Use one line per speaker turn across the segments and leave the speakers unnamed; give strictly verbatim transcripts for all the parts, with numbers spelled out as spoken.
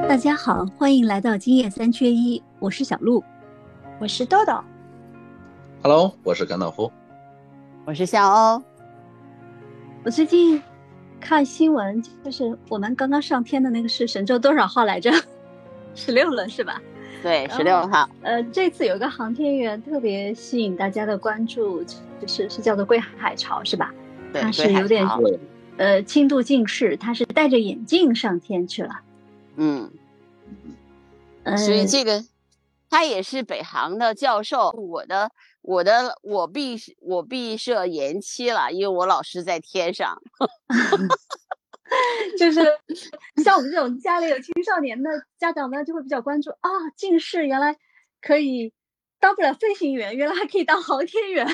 大家好，欢迎来到今夜三缺一，我是小鹿，
我是豆豆。
Hello， 我是甘道夫，
我是小欧。
我最近看新闻，就是我们刚刚上天的那个是神舟多少号来着？十六了是吧？
对，十六号。
呃，这次有一个航天员特别吸引大家的关注，就是是叫做桂海潮是吧？
对，
他是有点呃轻度近视，他是戴着眼镜上天去了。
嗯，
呃、
所以这个他也是北航的教授。我的我的我毕我毕设延期了，因为我老师在天上。
就是像我们这种家里有青少年的家长呢，就会比较关注啊，近视原来可以当不了飞行员，原来还可以当航天员。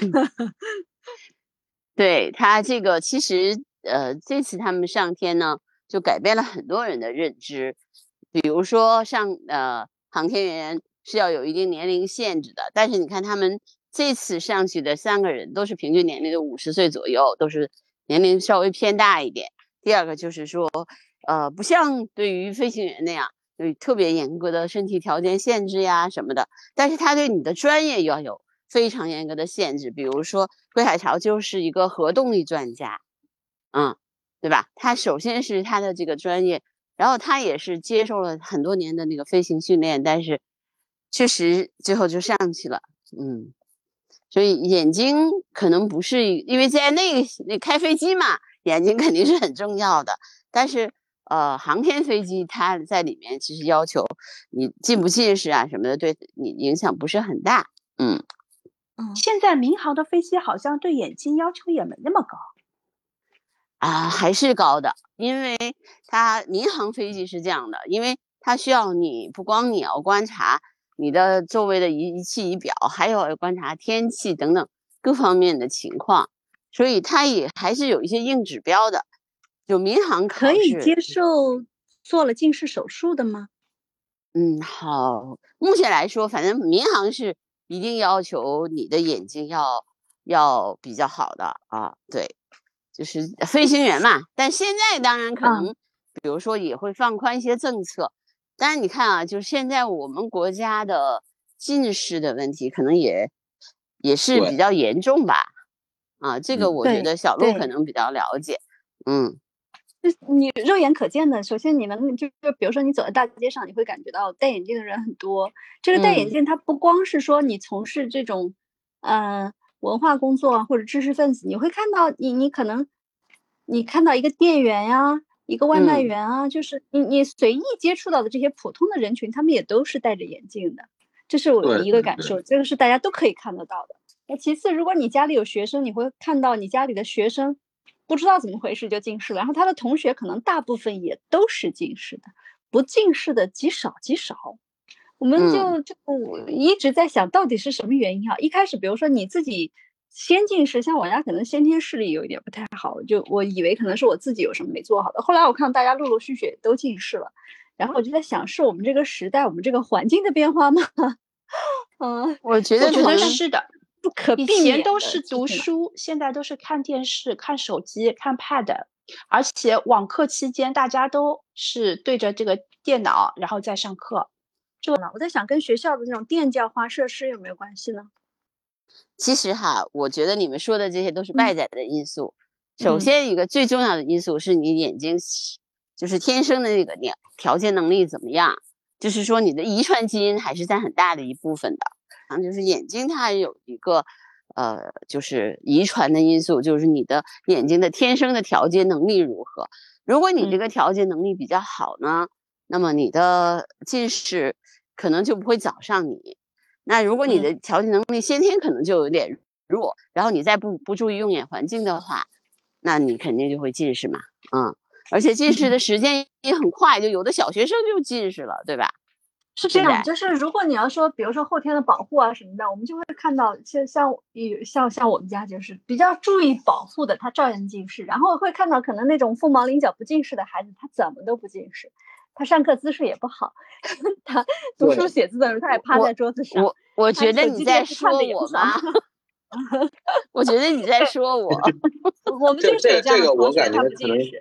对，他这个其实呃，这次他们上天呢，就改变了很多人的认知。比如说上呃航天员是要有一定年龄限制的，但是你看他们这次上去的三个人都是平均年龄的五十岁左右，都是年龄稍微偏大一点。第二个就是说，呃，不像对于飞行员那样有特别严格的身体条件限制呀什么的，但是他对你的专业要有非常严格的限制。比如说桂海潮就是一个核动力专家，嗯，对吧？他首先是他的这个专业，然后他也是接受了很多年的那个飞行训练，但是确实最后就上去了，嗯。所以眼睛可能不是，因为在那个那开飞机嘛，眼睛肯定是很重要的，但是呃，航天飞机它在里面其实要求你近不近视啊什么的，对你影响不是很大。嗯，
现在民航的飞机好像对眼睛要求也没那么高
啊，还是高的，因为它民航飞机是这样的，因为它需要你不光你要观察你的周围的仪器仪表，还有观察天气等等各方面的情况，所以它也还是有一些硬指标的。就民航考试
可以接受做了近视手术的吗？
嗯，好，目前来说，反正民航是一定要求你的眼睛要要比较好的啊，对，就是飞行员嘛。但现在当然可能，
嗯、
比如说也会放宽一些政策。但是你看啊，就是现在我们国家的近视的问题可能也也是比较严重吧，啊，这个我觉得小鹿可能比较了解，嗯，
你肉眼可见的，首先你能就就比如说你走在大街上，你会感觉到戴眼镜的人很多。这个戴眼镜它不光是说你从事这种、嗯、呃文化工作或者知识分子，你会看到你你可能你看到一个店员呀。一个外卖员啊，嗯、就是你你随意接触到的这些普通的人群，他们也都是戴着眼镜的，这是我的一个感受，这个是大家都可以看得到的。那其次，如果你家里有学生，你会看到你家里的学生不知道怎么回事就近视了，然后他的同学可能大部分也都是近视的，不近视的极少极少。我们就就一直在想到底是什么原因啊？一开始比如说你自己先近视，像我家可能先天视力有一点不太好，就我以为可能是我自己有什么没做好的。后来我看大家陆陆续续都近视了，然后我就在想，是我们这个时代、我们这个环境的变化吗？嗯，
我觉得
我觉得是的，
不可避免。
以前都是读书，现在都是看电视、看手机、看 pad， 而且网课期间大家都是对着这个电脑，然后再上课。
就我在想，跟学校的那种电教化设施有没有关系呢？
其实哈，我觉得你们说的这些都是外在的因素。
嗯、
首先，一个最重要的因素是你眼睛，就是天生的那个调节能力怎么样，就是说你的遗传基因还是占很大的一部分的。然后就是眼睛它有一个呃，就是遗传的因素，就是你的眼睛的天生的调节能力如何。如果你这个调节能力比较好呢，嗯、那么你的近视可能就不会找上你。那如果你的调节能力先天可能就有点弱，然后你再不不注意用眼环境的话，那你肯定就会近视嘛，嗯，而且近视的时间也很快，就有的小学生就近视了，对吧？
是这样，就是如果你要说，比如说后天的保护啊什么的，我们就会看到，像像像像我们家就是比较注意保护的，他照样近视，然后会看到可能那种凤毛麟角不近视的孩子，他怎么都不近视。他上课姿势也不好，他读书写字的时候他也趴在桌子上。
我我觉得你在说我吗？我觉得你在说我。
我们就是有
这
这样的
这个我感觉
他不
可能
近视。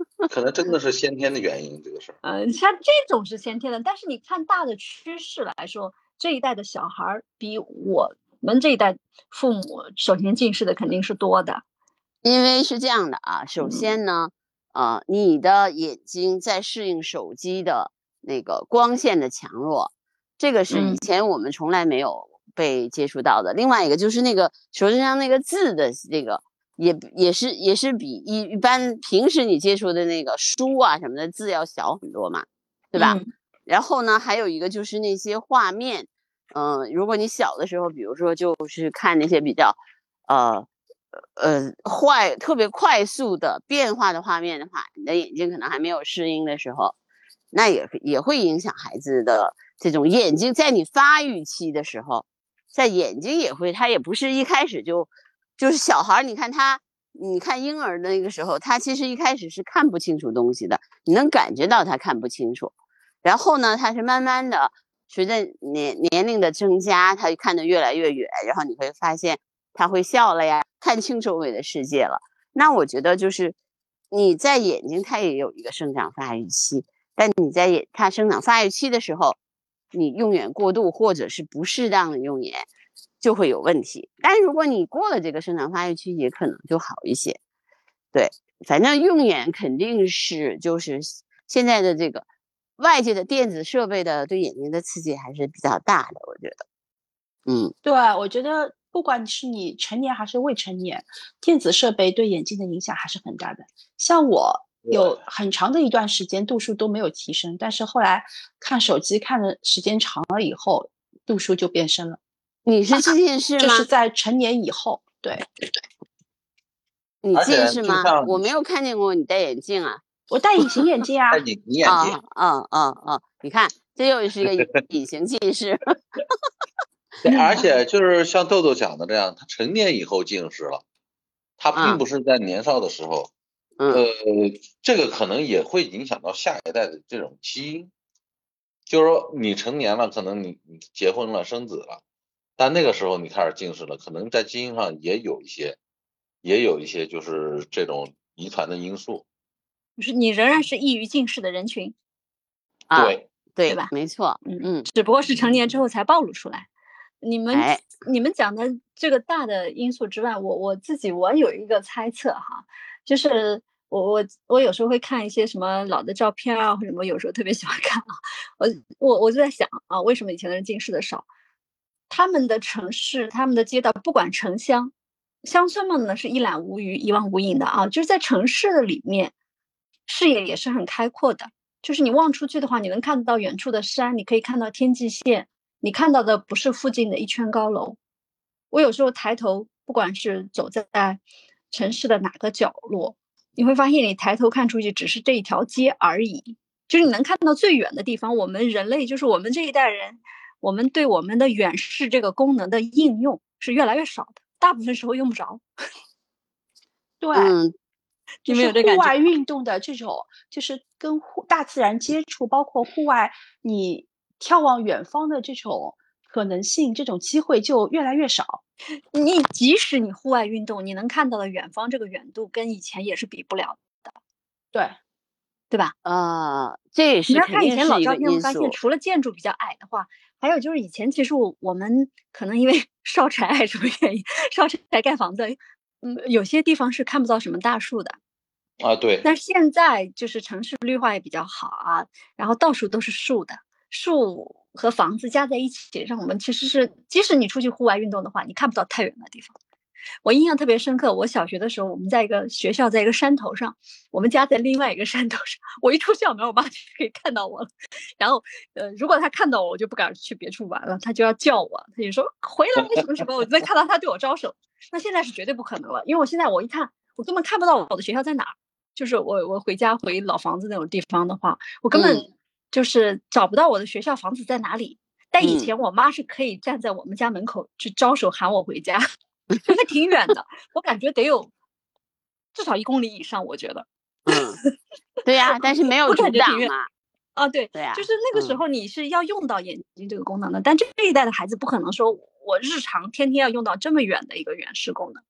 可能真的是先天的原因，这个事儿。
呃，像这种是先天的，但是你看大的趋势来说，这一代的小孩比我们这一代父母首先近视的肯定是多的。
因为是这样的啊，首先呢，嗯、呃，你的眼睛在适应手机的那个光线的强弱，这个是以前我们从来没有被接触到的。嗯、另外一个就是那个手机上那个字的这个。也也是也是比一一般平时你接触的那个书啊什么的字要小很多嘛，对吧？嗯、然后呢，还有一个就是那些画面，嗯、呃，如果你小的时候，比如说就是看那些比较，呃呃快特别快速的变化的画面的话，你的眼睛可能还没有适应的时候，那也也会影响孩子的这种眼睛，在你发育期的时候，在眼睛也会，它也不是一开始就。就是小孩，你看他，你看婴儿的那个时候，他其实一开始是看不清楚东西的，你能感觉到他看不清楚。然后呢，他是慢慢的随着年年龄的增加，他看得越来越远，然后你会发现他会笑了呀，看清周围的世界了。那我觉得就是你在眼睛，它也有一个生长发育期，但你在眼它生长发育期的时候，你用眼过度或者是不适当的用眼。就会有问题，但如果你过了这个生长发育期，也可能就好一些。对，反正用眼肯定是就是现在的这个外界的电子设备的对眼睛的刺激还是比较大的，我觉得。嗯，
对，我觉得不管是你成年还是未成年，电子设备对眼睛的影响还是很大的。像我有很长的一段时间度数都没有提升，但是后来看手机看的时间长了以后，度数就变深了。
你是近视吗？
这是在成年以后，对对对。
你近视吗？我没有看见过你戴眼镜啊。
我戴隐形眼镜啊。
戴隐形眼镜。
啊啊啊！你看，这又是一个隐形近视。
对，而且就是像豆豆讲的这样，他成年以后近视了，他并不是在年少的时候。
嗯、
呃，这个可能也会影响到下一代的这种基因。就是说，你成年了，可能你你结婚了，生子了。但那个时候你开始近视了，可能在基因上也有一些，也有一些就是这种遗传的因素。
就是你仍然是易于近视的人群。
啊、
对
对
对吧？
没错，
嗯嗯，只不过是成年之后才暴露出来。你们、
哎、
你们讲的这个大的因素之外，我我自己我有一个猜测哈，就是我我我有时候会看一些什么老的照片啊，或者我有时候特别喜欢看啊，我我我就在想啊，为什么以前的人近视的少？他们的城市，他们的街道，不管城乡，乡村们呢是一览无余、一望无垠的啊。就是在城市的里面，视野也是很开阔的。就是你望出去的话，你能看到远处的山，你可以看到天际线，你看到的不是附近的一圈高楼。我有时候抬头，不管是走在城市的哪个角落，你会发现你抬头看出去只是这一条街而已，就是你能看到最远的地方。我们人类，就是我们这一代人，我们对我们的远视这个功能的应用是越来越少的，大部分时候用不着。
对，
嗯，
就是户外运动的这种，就是跟大自然接触，包括户外你眺望远方的这种可能性，这种机会就越来越少。
你即使你户外运动，你能看到的远方这个远度跟以前也是比不了的。
对，
对吧？
呃，这也是
你要看以前老照片，会发
现
现除了建筑比较矮的话，还有就是以前其实我我们可能因为烧柴还是什么原因，烧柴盖房子，嗯，有些地方是看不到什么大树的。
啊，对。
但是现在就是城市绿化也比较好啊，然后到处都是树的，树和房子加在一起，让我们其实是，即使你出去户外运动的话，你看不到太远的地方。我印象特别深刻，我小学的时候，我们在一个学校，在一个山头上，我们家在另外一个山头上。我一出校门，我妈就可以看到我了。然后，呃，如果她看到我，我就不敢去别处玩了，她就要叫我，她就说回来什么什么，我就在看到她对我招手。那现在是绝对不可能了，因为我现在我一看，我根本看不到我的学校在哪儿。就是我我回家回老房子那种地方的话，我根本就是找不到我的学校房子在哪里。嗯、但以前我妈是可以站在我们家门口去招手喊我回家。就还挺远的，我感觉得有至少一公里以上，我觉得。
嗯，对呀、啊，但是没有阻挡嘛。
啊，对，
对呀、啊，
就是那个时候你是要用到眼睛这个功能的，嗯、但这一代的孩子不可能说我日常天天要用到这么远的一个远视功能。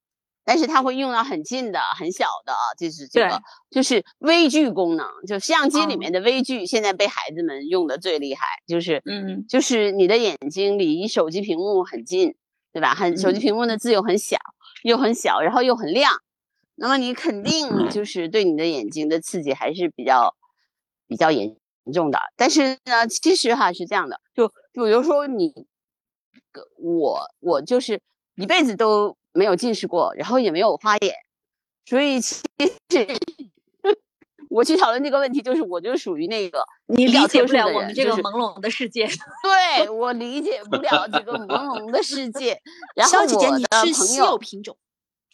但是它会用到很近的、很小的，就是这个就是微距功能，就相机里面的微距，现在被孩子们用的最厉害，就是
嗯，
就是你的眼睛离手机屏幕很近，对吧？很手机屏幕的字又很小，又很小，然后又很亮，那么你肯定就是对你的眼睛的刺激还是比较比较严重的。但是呢，其实哈是这样的，就就比如说你我我就是一辈子都没有近视过，然后也没有花眼，所以其实我去讨论这个问题，就是我就属于那个
你理解不了
我
们这个朦胧的世界，
对，我理解不了这个朦胧的世界。然后
肖姐姐，你是
稀
有品种。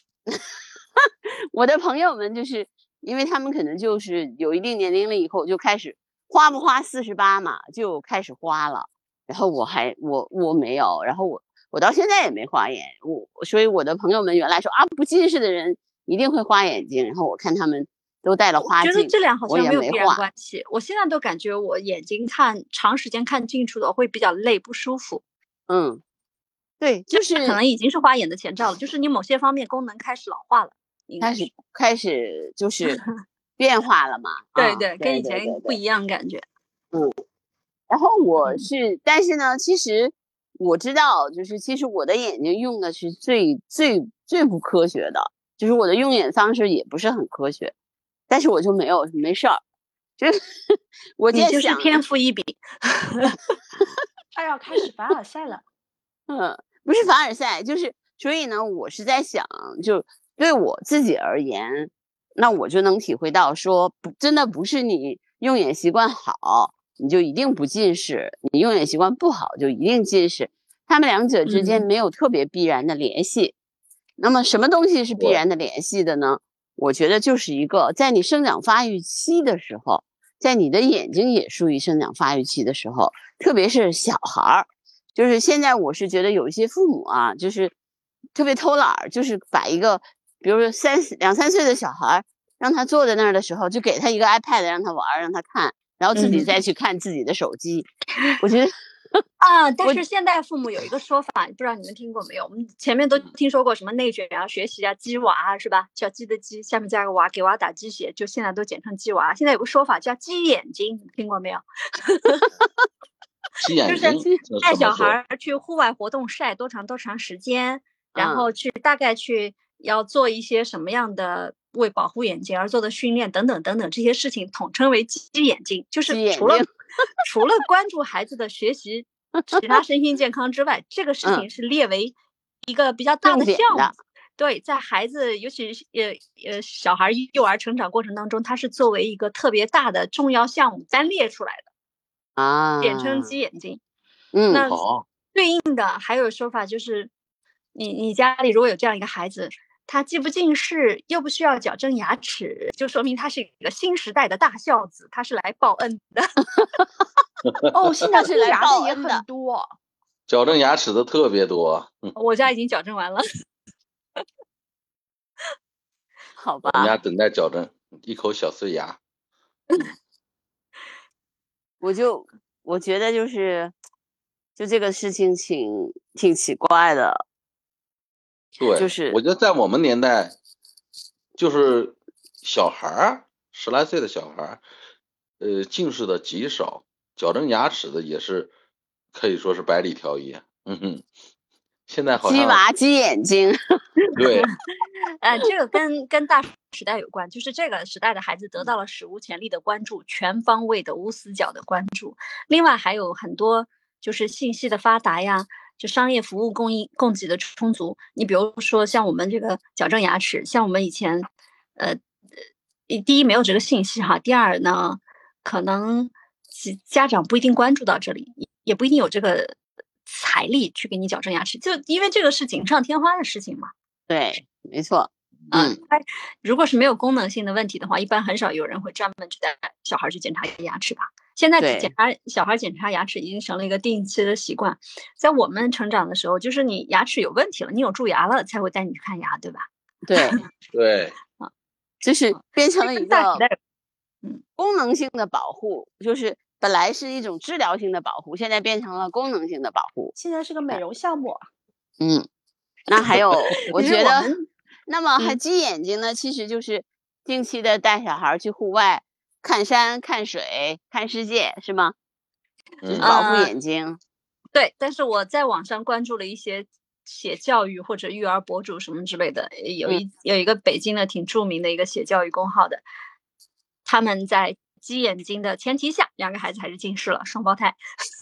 我的朋友们就是因为他们可能就是有一定年龄了以后就开始花不花四十八嘛，就开始花了。然后我还我我没有，然后我我到现在也没花眼，我所以我的朋友们原来说啊，不近视的人一定会花眼睛，然后我看他们都戴了花镜，
我觉得这俩好像没有必然
画
关系。我现在都感觉我眼睛看长时间看近处的会比较累不舒服。
嗯，对，就是
可能已经是花眼的前兆了，就是你某些方面功能开始老化了，
开始开始就是变化了嘛。
对对，
啊、
跟以前不一样感觉。
嗯。然后我是、嗯，但是呢，其实我知道，就是其实我的眼睛用的是最最最不科学的，就是我的用眼方式也不是很科学，但是我就没有没事儿，就是我在想，
你就是天赋异禀，
他要开始凡尔赛了。
嗯，不是凡尔赛，就是所以呢，我是在想，就对我自己而言，那我就能体会到说，不，真的不是你用眼习惯好。你就一定不近视，你用眼习惯不好就一定近视，他们两者之间没有特别必然的联系。嗯、那么什么东西是必然的联系的呢？我觉得就是一个在你生长发育期的时候，在你的眼睛也属于生长发育期的时候，特别是小孩儿，就是现在我是觉得有一些父母啊，就是特别偷懒儿，就是把一个比如说三两三岁的小孩让他坐在那儿的时候，就给他一个 iPad 让他玩，让他看。然后自己再去看自己的手机，嗯、我觉得
啊，但是现代父母有一个说法，不知道你们听过没有？我们前面都听说过什么内卷啊、学习啊、鸡娃啊，是吧？小鸡的鸡下面加个娃，给娃打鸡血，就现在都简称鸡娃。现在有个说法叫鸡眼睛，听过没有？
鸡眼睛
就是带小孩去户外活动晒多长多长时间，然后去大概去要做一些什么样的。为保护眼睛而做的训练等等等等这些事情统称为鸡眼睛，就是除了除了关注孩子的学习其他身心健康之外，这个事情是列为一个比较大的项目。对，在孩子尤其是呃呃小孩幼儿成长过程当中，它是作为一个特别大的重要项目单列出来的
啊，
简称鸡眼睛。
嗯，
那对应的还有说法就是，你你家里如果有这样一个孩子。他既不近视，又不需要矫正牙齿，就说明他是一个新时代的大孝子，他是来报恩的。
哦，现在是来报恩的也很多，
矫正牙齿的特别多。
我家已经矫正完了。
好吧，
我们家等待矫正，一口小碎牙。
我就我觉得就是，就这个事情挺挺奇怪的。
对，
就是
我觉得在我们年代，就是小孩儿十来岁的小孩儿，呃，近视的极少，矫正牙齿的也是可以说是百里挑一。嗯哼，现在好像
鸡娃鸡眼睛。
对，
呃，这个跟跟大时代有关，就是这个时代的孩子得到了史无前例的关注，全方位的无死角的关注。另外还有很多就是信息的发达呀。就商业服务供应供给的充足，你比如说像我们这个矫正牙齿，像我们以前，呃，第一没有这个信息哈，第二呢，可能家长不一定关注到这里，也不一定有这个财力去给你矫正牙齿，就因为这个是锦上添花的事情嘛。
对，没错。
嗯，如果是没有功能性的问题的话，一般很少有人会专门去带小孩去检查牙齿吧。现在检查小孩检查牙齿已经成了一个定期的习惯，在我们成长的时候，就是你牙齿有问题了，你有蛀牙了才会带你去看牙，对吧？
对
对，
啊，
就是变成了一个功能性的保护，就是本来是一种治疗性的保护，现在变成了功能性的保护，
现在是个美容项目。
嗯，那还有，我觉得那么还鸡眼睛呢，嗯、其实就是定期的带小孩去户外看山、看水、看世界，是吗？就是保护眼睛。
呃、对，但是我在网上关注了一些写教育或者育儿博主什么之类的，有一、嗯、有一个北京的挺著名的一个写教育公号的，他们在鸡眼睛的前提下，两个孩子还是近视了，双胞胎。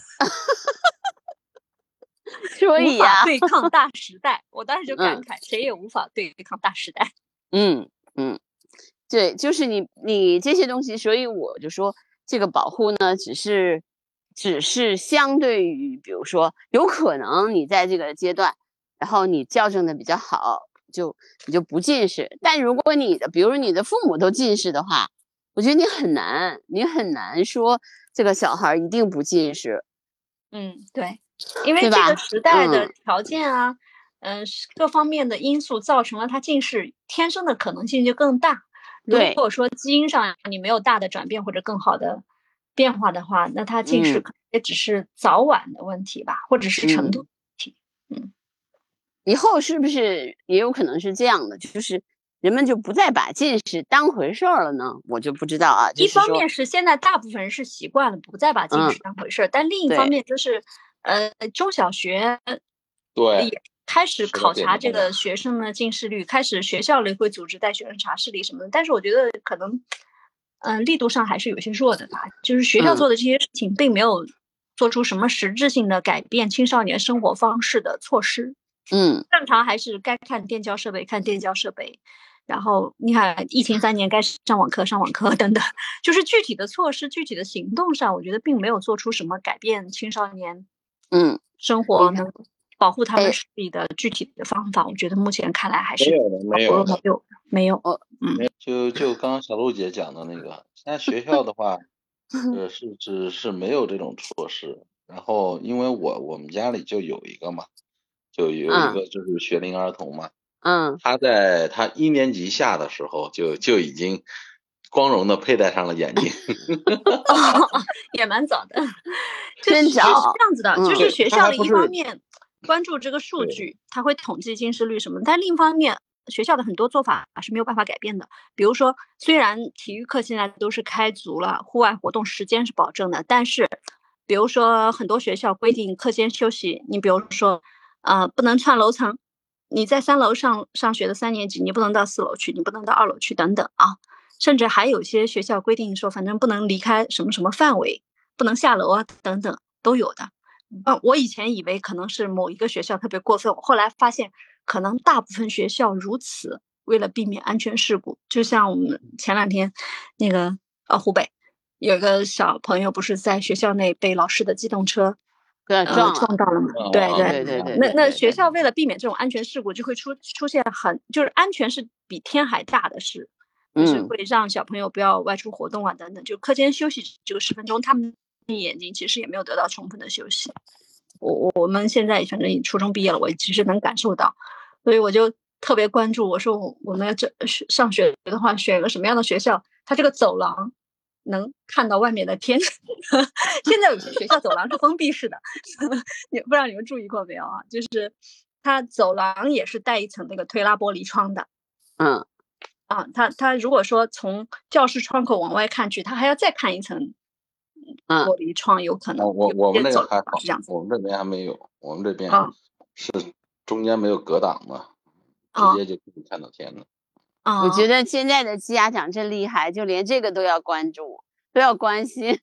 所以啊，
无法对抗大时代，我当时就感慨，嗯、谁也无法对抗大时代。
嗯嗯，对，就是你你这些东西，所以我就说这个保护呢，只是只是相对于，比如说，有可能你在这个阶段，然后你校正的比较好，就你就不近视。但如果你的，比如你的父母都近视的话，我觉得你很难，你很难说这个小孩一定不近视。
嗯，对。因为这个时代的条件啊，嗯、呃，各方面的因素造成了他近视天生的可能性就更大。如果说基因上你没有大的转变或者更好的变化的话，那他近视可能也只是早晚的问题吧，嗯、或者是程度问题。嗯，
以后是不是也有可能是这样的？就是人们就不再把近视当回事儿了呢？我就不知道啊。
一方面是现在大部分人是习惯了不再把近视当回事儿，嗯、但另一方面就是。呃，中小学
对
也开始考察这个学生的近视率，开始学校里会组织带学生查视力什么的。但是我觉得可能，嗯、呃，力度上还是有些弱的吧。就是学校做的这些事情，并没有做出什么实质性的改变青少年生活方式的措施。
嗯，
正常还是该看电教设备看电教设备，然后你看疫情三年该上网课上网课等等，就是具体的措施、具体的行动上，我觉得并没有做出什么改变青少年。
嗯，
生活能保护他们视力的具体的方法，我觉得目前看来还是
没有的，没有的，
没有，没有。
嗯，就就刚刚小鹿姐讲的那个，现在学校的话，呃，是是是没有这种措施。然后，因为我我们家里就有一个嘛，就有一个就是学龄儿童嘛，
嗯，
他在他一年级下的时候就就已经光荣的佩戴上了眼镜。
哦，也蛮早的。
真早。
是这样子的，嗯、就是学校的一方面关注这个数据，他会统计近视率什么的，但另一方面，学校的很多做法是没有办法改变的。比如说，虽然体育课现在都是开足了，户外活动时间是保证的，但是，比如说很多学校规定课间休息，你比如说，呃，不能窜楼层，你在三楼上上学的三年级，你不能到四楼去，你不能到二楼去，等等啊。甚至还有些学校规定说，反正不能离开什么什么范围，不能下楼啊，等等都有的。呃，我以前以为可能是某一个学校特别过分，我后来发现可能大部分学校如此，为了避免安全事故。就像我们前两天那个呃湖北有一个小朋友不是在学校内被老师的机动车
对撞、
呃、撞到了吗？
哦、
对
对对对，
那那学校为了避免这种安全事故，就会出出现很就是安全是比天还大的事。就是会让小朋友不要外出活动啊，等等。就课间休息这个十分钟，他们眼睛其实也没有得到充分的休息。我我我们现在反正初中毕业了，我其实能感受到，所以我就特别关注。我说我我们这上学的话，选个什么样的学校？它这个走廊能看到外面的天。现在有些学校走廊是封闭式的，你不知道你们注意过没有啊？就是它走廊也是带一层那个推拉玻璃窗的。
嗯。
啊，他他如果说从教室窗口往外看去，他还要再看一层玻璃窗，有可能。
我我们那个还好，
是这样子。
我们这边还没有，我们这边是中间没有隔挡的，
啊、
直接就可以看到天了。
啊、
我觉得现在的家长真厉害，就连这个都要关注，都要关心。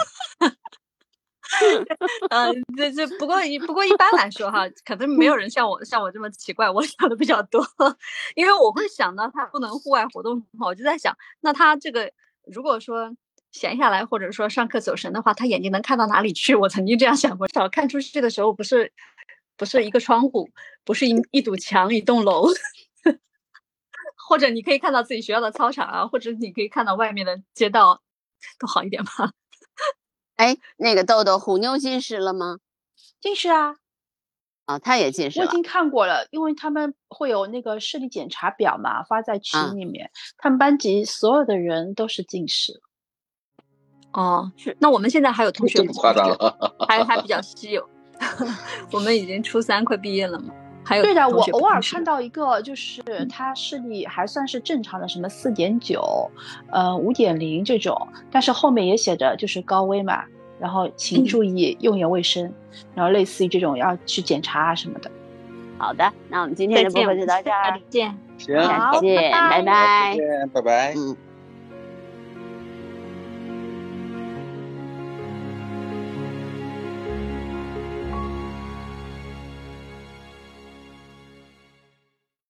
呃，这这不过不过一般来说哈，可能没有人像我像我这么奇怪，我想的比较多，因为我会想到他不能户外活动，我就在想，那他这个如果说闲下来或者说上课走神的话，他眼睛能看到哪里去？我曾经这样想过，少看出去的时候不是不是一个窗户，不是一一堵墙，一栋楼。或者你可以看到自己学校的操场啊，或者你可以看到外面的街道，都好一点吧。
哎，那个豆豆虎妞近视了吗？
近视啊。
啊，他也近视了。
我已经看过了，因为他们会有那个视力检查表嘛，发在群里面。啊、他们班级所有的人都是近视。
哦，是。那我们现在还有同学
这么夸张了，
还还比较稀有。我们已经初三快毕业了嘛。 还有
对的，我
同学不
偶尔
同时
看到一个，就是他视力还算是正常的，什么四点九，呃五点零这种，但是后面也写着就是高危嘛，然后请注意用眼卫生，然后类似于这种要去检查啊什么的。
好的，那我们今天的播客就到这儿，
再见。
行，
再
好，
见，
拜拜
拜拜。
再见，拜拜。
嗯。